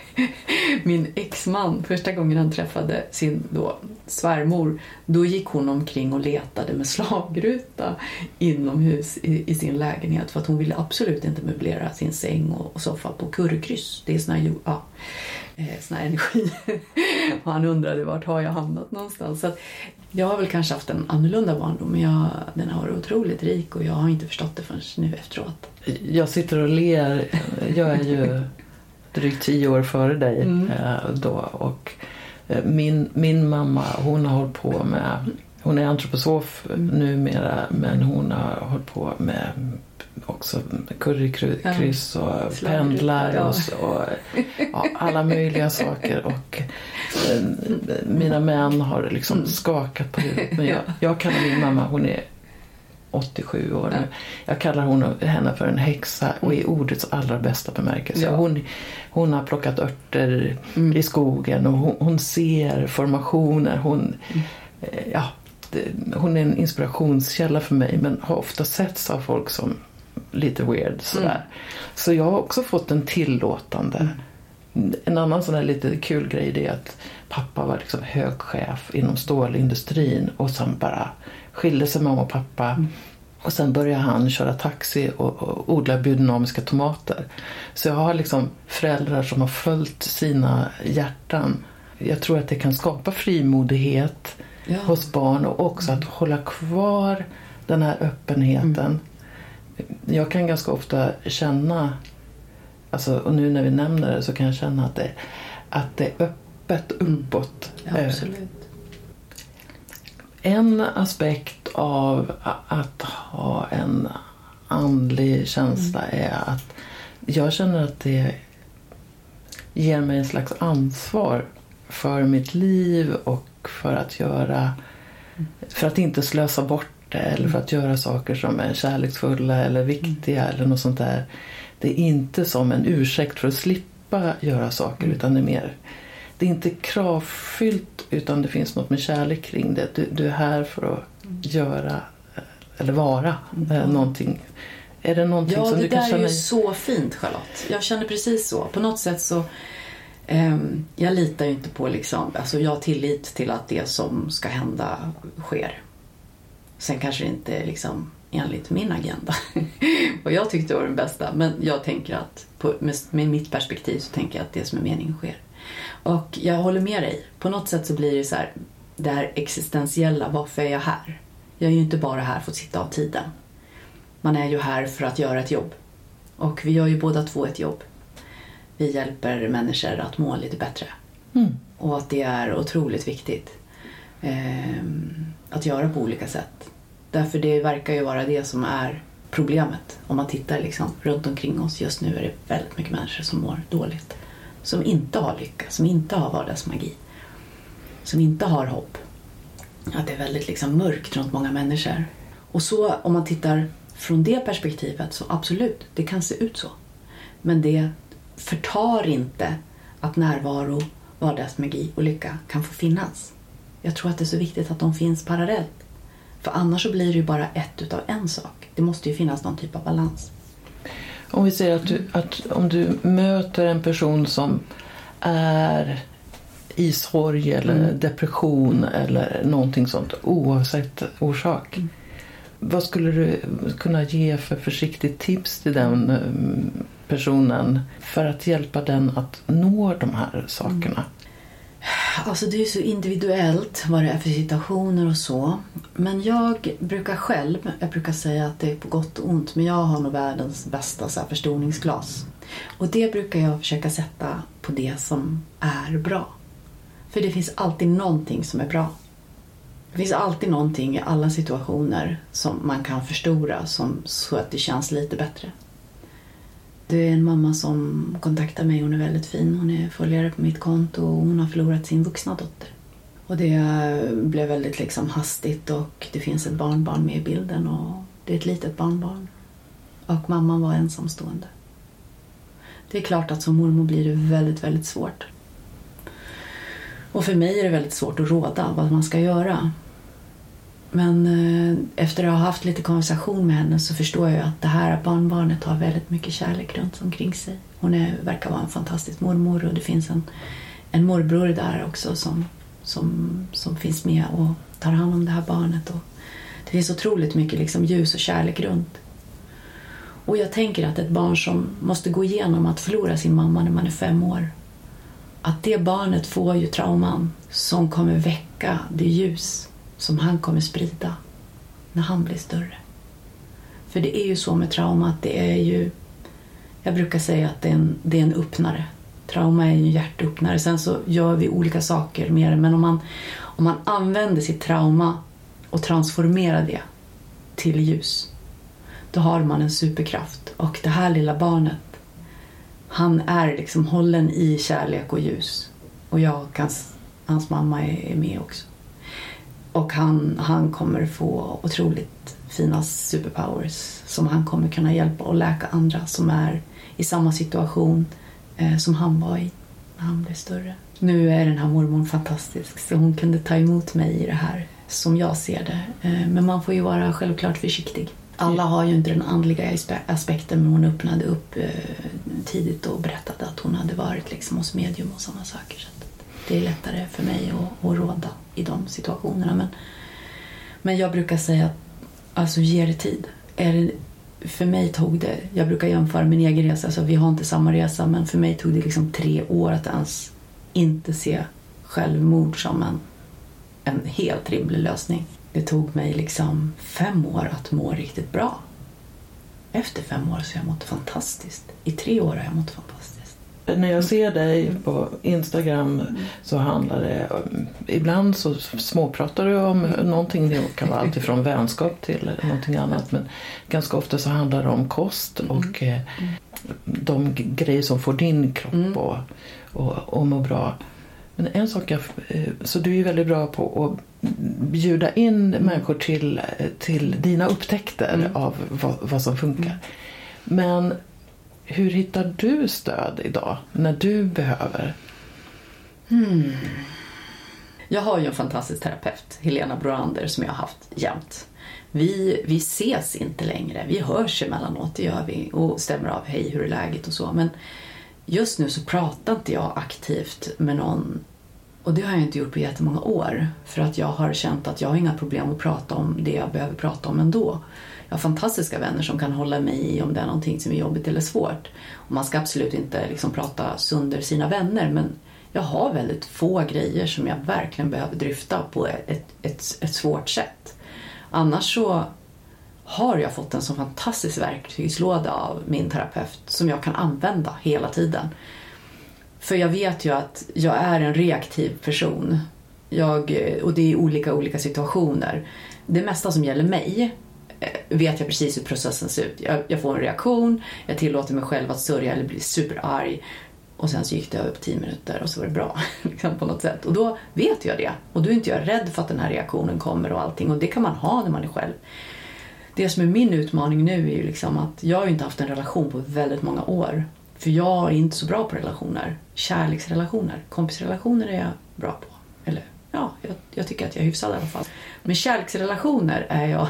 min exman, första gången han träffade sin då svärmor, då gick hon omkring och letade med slagruta inomhus i, i sin lägenhet, för att hon ville absolut inte möblera sin säng och, och soffa på kurrekryss. Det är sån här, ja, sån här energi. Och han undrade vart har jag hamnat någonstans. Så att jag har väl kanske haft en annorlunda barndom, men jag, den har varit otroligt rik och jag har inte förstått det förrän nu efteråt. Jag sitter och ler. Jag är ju drygt tio år före dig mm. då, och min, min mamma, hon har hållit på med, hon är antroposof mm. numera, men hon har hållit på med också currykryss och ja. pendlar ja. och, och ja, alla möjliga saker. Och eh, mina män har liksom mm. skakat på huvudet. Men jag, jag kallar min mamma, hon är åttiosju år nu. Jag kallar hon, henne för en häxa och i ordets allra bästa bemärkelse. Ja. Hon, hon har plockat örter mm. i skogen och hon, hon ser formationer. Hon, mm. eh, ja, det, hon är en inspirationskälla för mig, men har ofta setts av folk som lite weird sådär. Mm. Så jag har också fått en tillåtande. Mm. En annan sån här lite kul grej är att pappa var liksom högchef inom stålindustrin och sen bara skilde sig mamma och pappa. Mm. Och sen började han köra taxi och, och odla biodynamiska tomater. Så jag har liksom föräldrar som har följt sina hjärtan. Jag tror att det kan skapa frimodighet ja. hos barn och också att hålla kvar den här öppenheten. Mm. Jag kan ganska ofta känna, alltså, och nu när vi nämner det så kan jag känna att det, att det är öppet uppåt. Ja, absolut. En aspekt av att ha en andlig känsla mm. är att jag känner att det ger mig en slags ansvar för mitt liv och för att göra, för att inte slösa bort det eller för att göra saker som är kärleksfulla eller viktiga mm. eller något sånt där. Det är inte som en ursäkt för att slippa göra saker mm. utan det är mer, det är inte kravfyllt utan det finns något med kärlek kring det. Du, du är här för att mm. göra eller vara mm. eh, någonting. Är det någonting ja, som det du kan där känna? är ju så fint, Charlotte. Jag känner precis så. På något sätt så eh, jag litar ju inte på liksom, alltså jag har tillit till att det som ska hända sker. Sen kanske det inte är liksom enligt min agenda. Och jag tyckte det var den bästa. Men jag tänker att på, med, med mitt perspektiv så tänker jag att det som är meningen sker. Och jag håller med dig. På något sätt så blir det så här, det här existentiella, varför är jag här? Jag är ju inte bara här för att sitta av tiden. Man är ju här för att göra ett jobb. Och vi gör ju båda två ett jobb. Vi hjälper människor att må lite bättre. Mm. Och att det är otroligt viktigt. Eh, att göra på olika sätt. Därför det verkar ju vara det som är problemet. Om man tittar liksom runt omkring oss just nu är det väldigt mycket människor som mår dåligt. Som inte har lycka, som inte har vardagsmagi. Som inte har hopp. Att det är väldigt liksom mörkt runt många människor. Och så om man tittar från det perspektivet så absolut, det kan se ut så. Men det förtar inte att närvaro, vardagsmagi och lycka kan få finnas. Jag tror att det är så viktigt att de finns parallellt. För annars så blir det ju bara ett utav en sak. Det måste ju finnas någon typ av balans. Om vi säger att, du, att om du möter en person som är i sorg eller mm. depression eller någonting sånt oavsett orsak. Mm. Vad skulle du kunna ge för försiktigt tips till den personen för att hjälpa den att nå de här sakerna? Mm. Alltså det är ju så individuellt vad det är för situationer och så. Men jag brukar själv, jag brukar säga att det är på gott och ont, men jag har nog världens bästa så här förstoringsglas. Och det brukar jag försöka sätta på det som är bra. För det finns alltid någonting som är bra. Det finns alltid någonting i alla situationer som man kan förstora som, så att det känns lite bättre. Det är en mamma som kontaktar mig, hon är väldigt fin. Hon är följare på mitt konto och hon har förlorat sin vuxna dotter. Och det blev väldigt liksom hastigt och det finns ett barnbarn med i bilden och det är ett litet barnbarn. Och mamman var ensamstående. Det är klart att som mormor blir det väldigt, väldigt svårt. Och för mig är det väldigt svårt att råda vad man ska göra. Men efter att ha haft lite konversation med henne så förstår jag att det här barnbarnet har väldigt mycket kärlek runt omkring sig. Hon är, verkar vara en fantastisk mormor och det finns en, en morbror där också som, som, som finns med och tar hand om det här barnet. Och det finns otroligt mycket liksom ljus och kärlek runt. Och jag tänker att ett barn som måste gå igenom att förlora sin mamma när man är fem år, att det barnet får ju trauman som kommer väcka det ljus som han kommer sprida när han blir större. För det är ju så med trauma att det är ju, jag brukar säga att det är en, det är en öppnare. Trauma är ju en hjärtöppnare. Sen så gör vi olika saker med det. Men om man, om man använder sitt trauma och transformera det till ljus, då har man en superkraft. Och det här lilla barnet, han är liksom hållen i kärlek och ljus. Och jag, hans, hans mamma är med också. Och han, han kommer få otroligt fina superpowers som han kommer kunna hjälpa och läka andra som är i samma situation eh, som han var i när han blev större. Nu är den här mormor fantastisk, så hon kunde ta emot mig i det här som jag ser det. Eh, men man får ju vara självklart försiktig. Alla har ju inte den andliga aspekten, men hon öppnade upp eh, tidigt och berättade att hon hade varit liksom hos medium och sådana saker. Så det är lättare för mig att, att råda i de situationerna. Men, men jag brukar säga att alltså, ge det tid. Är det, för mig tog det, jag brukar jämföra min egen resa, alltså, vi har inte samma resa, men för mig tog det liksom tre år att ens inte se självmord som en, en helt rimlig lösning. Det tog mig liksom fem år att må riktigt bra. Efter fem år så har jag mått fantastiskt. I tre år har jag mått fantastiskt. När jag ser dig på Instagram mm. så handlar det om, ibland så småpratar du om mm. någonting, det kan vara allt ifrån vänskap till någonting annat, men ganska ofta så handlar det om kost mm. och eh, de grejer som får din kropp mm. och, och, och må bra. Men en sak, jag, så du är väldigt bra på att bjuda in mm. människor till, till dina upptäckter mm. av vad, vad som funkar. Mm. Men hur hittar du stöd idag när du behöver? Hmm. Jag har ju en fantastisk terapeut, Helena Broander, som jag har haft jämt. Vi, vi ses inte längre, vi hörs emellanåt, det gör vi, och stämmer av, hej, hur är läget och så. Men just nu så pratar inte jag aktivt med någon, och det har jag inte gjort på jättemånga år, för att jag har känt att jag har inga problem att prata om det jag behöver prata om ändå. Jag har fantastiska vänner som kan hålla mig i om det är någonting som är jobbigt eller svårt. Och man ska absolut inte liksom prata sönder sina vänner, men jag har väldigt få grejer som jag verkligen behöver dryfta på ett, ett, ett svårt sätt. Annars så har jag fått en så fantastisk verktygslåda av min terapeut som jag kan använda hela tiden. För jag vet ju att jag är en reaktiv person. Jag, och det är olika olika situationer. Det mesta som gäller mig vet jag precis hur processen ser ut. Jag, jag får en reaktion, jag tillåter mig själv att sörja eller bli superarg. Och sen så gick det över på tio minuter och så var det bra liksom, på något sätt. Och då vet jag det. Och då är inte jag rädd för att den här reaktionen kommer och allting. Och det kan man ha när man är själv. Det som är min utmaning nu är ju liksom att jag har inte haft en relation på väldigt många år. För jag är inte så bra på relationer. Kärleksrelationer. Kompisrelationer är jag bra på. Eller ja, jag, jag tycker att jag är hyfsad i alla fall. Men kärleksrelationer är jag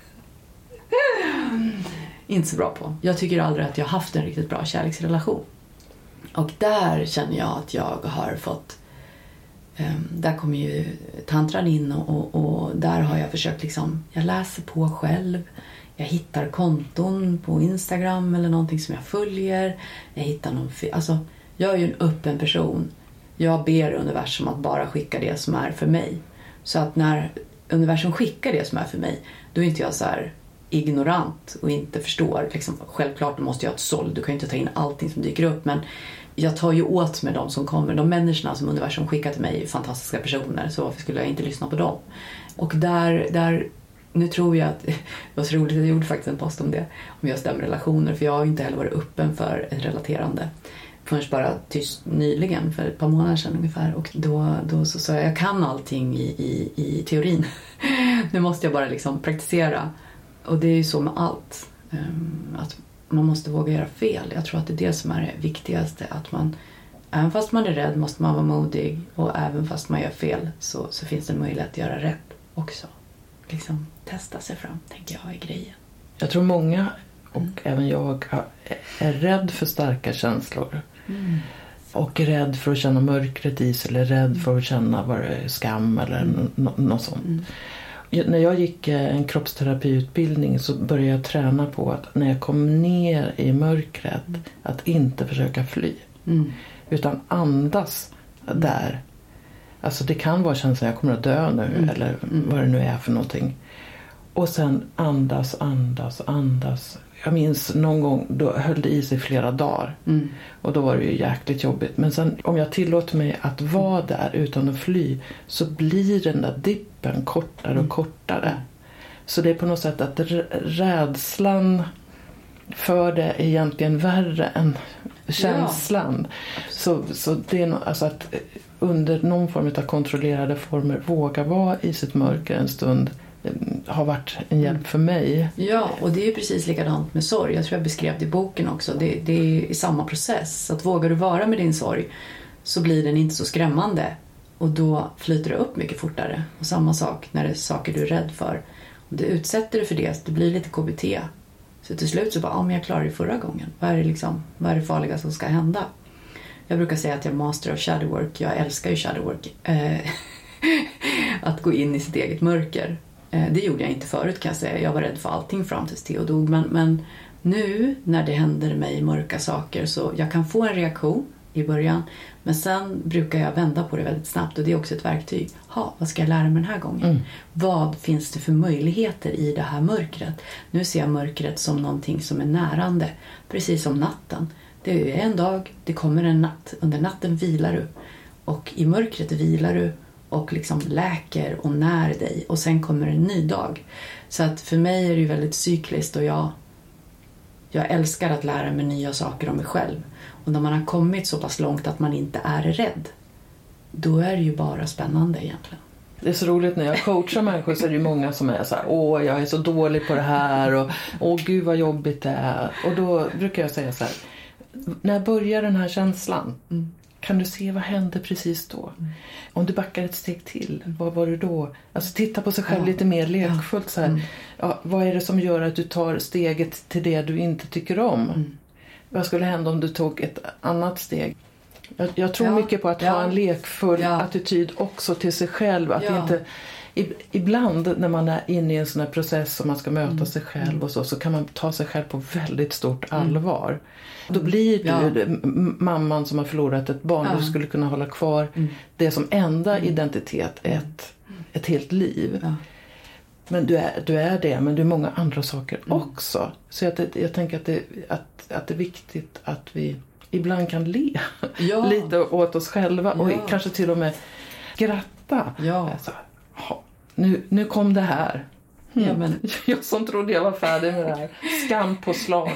inte så bra på. Jag tycker aldrig att jag har haft en riktigt bra kärleksrelation. Och där känner jag att jag har fått... Um, där kommer ju tantran in och, och, och där har jag försökt liksom... Jag läser på själv. Jag hittar konton på Instagram eller någonting som jag följer. Jag hittar någon... Alltså, jag är ju en öppen person. Jag ber universum att bara skicka det som är för mig. Så att när universum skickar det som är för mig, då är inte jag så här ignorant och inte förstår. Liksom, självklart måste jag ha ett såll. Du kan ju inte ta in allting som dyker upp, men jag tar ju åt med de som kommer. De människorna som universum skickar till mig är fantastiska personer, så varför skulle jag inte lyssna på dem? Och där, där nu tror jag att det var så roligt att jag gjorde faktiskt en post om det, om just de relationer, för jag har inte heller varit öppen för ett relaterande förrän bara tyst nyligen, för ett par månader sedan ungefär. Och då, då så sa jag, jag kan allting i, i, i teorin. Nu måste jag bara liksom praktisera. Och det är ju så med allt. Att man måste våga göra fel. Jag tror att det är det som är det viktigaste. Att man, även fast man är rädd måste man vara modig. Och även fast man gör fel så, så finns det en möjlighet att göra rätt också. Liksom testa sig fram, tänker jag, i grejen. Jag tror många, och mm. även jag, är rädd för starka känslor. Mm. Och är rädd för att känna mörkret i sig. Eller rädd mm. för att känna vad det är, skam eller mm. något no- sånt. Mm. När jag gick en kroppsterapiutbildning så började jag träna på att när jag kom ner i mörkret mm. att inte försöka fly. Mm. Utan andas där. Alltså det kan vara känslan jag kommer att dö nu mm. eller mm. vad det nu är för någonting. Och sen andas, andas, andas. Jag minns någon gång, då höll det i sig flera dagar. Mm. Och då var det ju jäkligt jobbigt. Men sen om jag tillåter mig att vara där utan att fly, så blir den där dippen kortare och mm. kortare. Så det är på något sätt att rädslan för det är egentligen värre än känslan. Ja. Så, så det är no, alltså att under någon form av kontrollerade former våga vara i sitt mörker en stund har varit en hjälp för mig. Ja, och det är precis likadant med sorg. Jag tror jag beskrev det i boken också. Det, det är i samma process. Att vågar du vara med din sorg, så blir den inte så skrämmande. Och då flyter det upp mycket fortare. Och samma sak när det är saker du är rädd för. Om du utsätter dig för det, det blir lite K B T. Så till slut så bara, ja men jag klarade det förra gången. Vad är det, liksom, vad är det farliga som ska hända? Jag brukar säga att jag är master of shadow work. Jag älskar ju shadow work. Att gå in i sitt eget mörker. Det gjorde jag inte förut, kan jag säga. Jag var rädd för allting fram tills Theo dog. Men, men nu när det händer mig mörka saker, så jag kan få en reaktion i början. Men sen brukar jag vända på det väldigt snabbt. Och det är också ett verktyg. Ha, vad ska jag lära mig den här gången? Mm. Vad finns det för möjligheter i det här mörkret? Nu ser jag mörkret som någonting som är närande. Precis som natten. Det är en dag, det kommer en natt. Under natten vilar du. Och i mörkret vilar du. Och liksom läker och när dig. Och sen kommer en ny dag. Så att för mig är det ju väldigt cykliskt. Och jag, jag älskar att lära mig nya saker om mig själv. Och när man har kommit så pass långt att man inte är rädd, då är det ju bara spännande egentligen. Det är så roligt när jag coachar människor, så är det ju många som är så här: åh jag är så dålig på det här. Och åh gud vad jobbigt det är. Och då brukar jag säga så här: när börjar den här känslan? Mm. Kan du se vad hände precis då? Mm. Om du backar ett steg till, vad var det då? Alltså titta på sig själv ja. lite mer lekfullt. Så här. Mm. Ja, vad är det som gör att du tar steget till det du inte tycker om? Mm. Vad skulle hända om du tog ett annat steg? Jag, jag tror ja. mycket på att ja. ha en lekfull ja. attityd också till sig själv. Att ja. inte, ibland när man är inne i en sån här process och man ska möta mm. sig själv och så, så kan man ta sig själv på väldigt stort allvar. Mm. Då blir du ja. mamman som har förlorat ett barn. Ja. Du skulle kunna hålla kvar mm. det som enda mm. identitet ett, ett helt liv. Ja. Men du är, du är det, men du är många andra saker mm. också. Så jag, jag tänker att det, att, att det är viktigt att vi ibland kan le ja. lite åt oss själva. Ja. Och kanske till och med skratta. Ja. Alltså, nu, nu kom det här. Mm. Ja, men... Jag som trodde jag var färdig med det här. Skam på slag.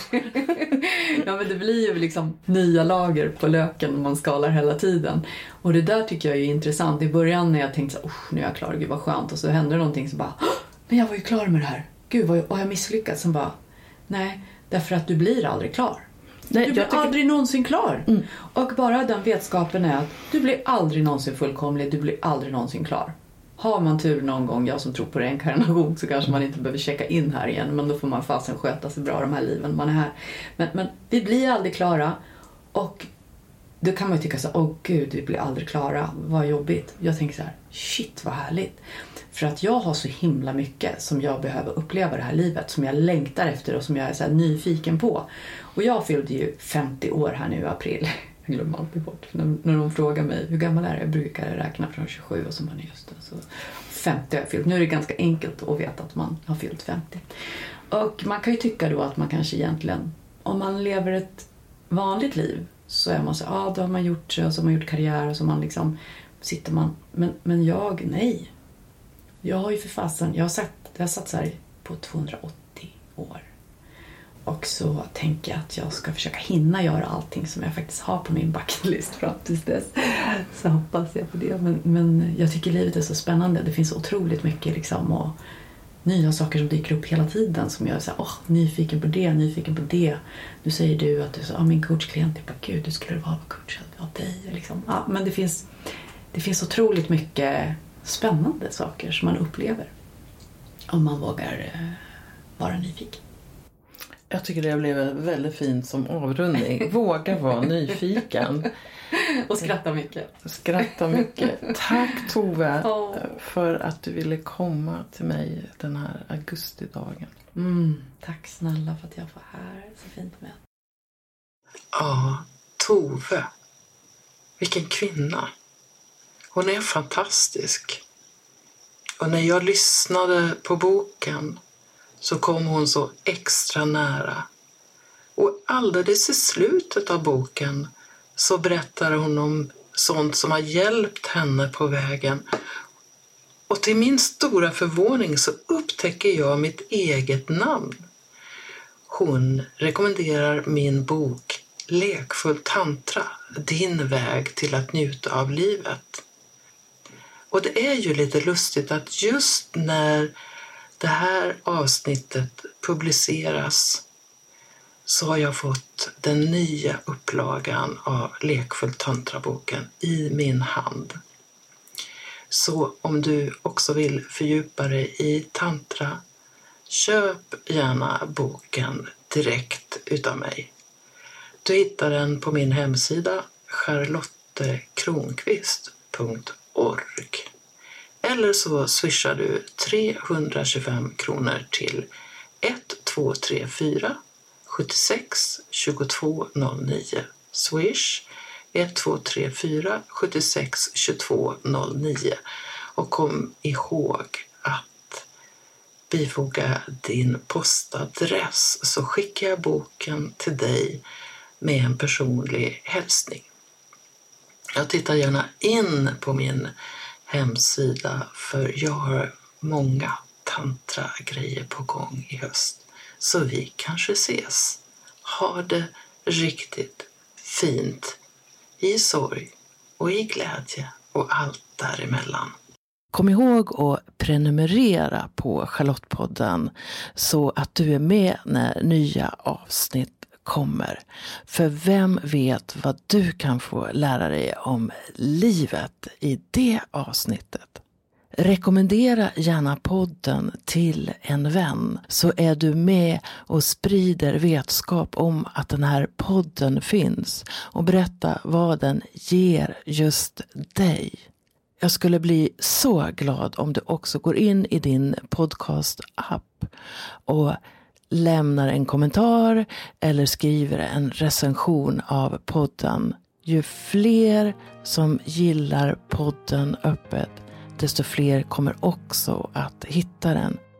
Ja, men det blir ju liksom nya lager på löken om man skalar hela tiden. Och det där tycker jag är intressant. I början när jag tänkte så, nu är jag klar, gud vad skönt. Och så händer någonting som bara, men jag var ju klar med det här. Gud, vad jag, vad jag misslyckats. Som bara, nej, därför att du blir aldrig klar. Nej, du blir tycker... aldrig någonsin klar. Mm. Och bara den vetskapen är att du blir aldrig någonsin fullkomlig. Du blir aldrig någonsin klar. Har man tur någon gång, jag som tror på reinkarnation, så kanske man inte behöver checka in här igen. Men då får man fasen sköta sig bra de här liven man är här. Men, men vi blir aldrig klara. Och då kan man ju tycka så, åh gud, vi blir aldrig klara. Vad jobbigt. Jag tänker så här, shit vad härligt. För att jag har så himla mycket som jag behöver uppleva det här livet. Som jag längtar efter och som jag är så här nyfiken på. Och jag fyllde ju femtio år här nu i april. Jag glömmer alltid bort. När, när de frågar mig, hur gammal är jag? Jag brukar räkna från tjugosju och så man just det. Så femtio har jag fyllt. Nu är det ganska enkelt att veta att man har fyllt femtio. Och man kan ju tycka då att man kanske egentligen, om man lever ett vanligt liv, så är man så, ja ah, då har man gjort så, så har man gjort karriär och så man liksom, sitter man, men, men jag, nej. Jag har ju för fasen, jag har satt, jag har satt så här på tvåhundraåttio år. Och så tänker jag att jag ska försöka hinna göra allting som jag faktiskt har på min bucketlist fram tills dess. Så hoppas jag på det. Men, men jag tycker livet är så spännande. Det finns otroligt mycket liksom, och nya saker som dyker upp hela tiden. Som jag är så här, åh, nyfiken på det, nyfiken på det. Nu säger du att du så, ah, min coachklient, jag bara, gud, du skulle vara coachad av dig. Liksom. Ja, men det finns, det finns otroligt mycket spännande saker som man upplever. Om man vågar eh, vara nyfiken. Jag tycker det blev väldigt fint som avrundning. Våga vara nyfiken. Och skratta mycket. Skratta mycket. Tack Tove oh. för att du ville komma till mig den här augustidagen. Mm, tack snälla för att jag var här. Så fint med. Ja, Tove. Vilken kvinna. Hon är fantastisk. Och när jag lyssnade på boken så kom hon så extra nära. Och alldeles i slutet av boken så berättar hon om sånt som har hjälpt henne på vägen. Och till min stora förvåning så upptäcker jag mitt eget namn. Hon rekommenderar min bok Lekfull tantra, din väg till att njuta av livet. Och det är ju lite lustigt att just när det här avsnittet publiceras så har jag fått den nya upplagan av Lekfull tantra-boken i min hand. Så om du också vill fördjupa dig i tantra, köp gärna boken direkt utav mig. Du hittar den på min hemsida charlottekronqvist punkt org. Eller så swishar du trehundratjugofem kronor till ett två tre fyra sjuttiosex tjugotvå noll nio. Swish ett två tre fyra sjuttiosex tjugotvå noll nio. Och kom ihåg att bifoga din postadress så skickar jag boken till dig med en personlig hälsning. Jag tittar gärna in på min hemsida för jag har många tantra-grejer på gång i höst. Så vi kanske ses. Ha det riktigt fint i sorg och i glädje och allt däremellan. Kom ihåg att prenumerera på Charlottepodden så att du är med när nya avsnitt kommer. För vem vet vad du kan få lära dig om livet i det avsnittet. Rekommendera gärna podden till en vän så är du med och sprider vetskap om att den här podden finns och berätta vad den ger just dig. Jag skulle bli så glad om du också går in i din podcast-app och lämnar en kommentar eller skriver en recension av podden. Ju fler som gillar podden öppet, desto fler kommer också att hitta den.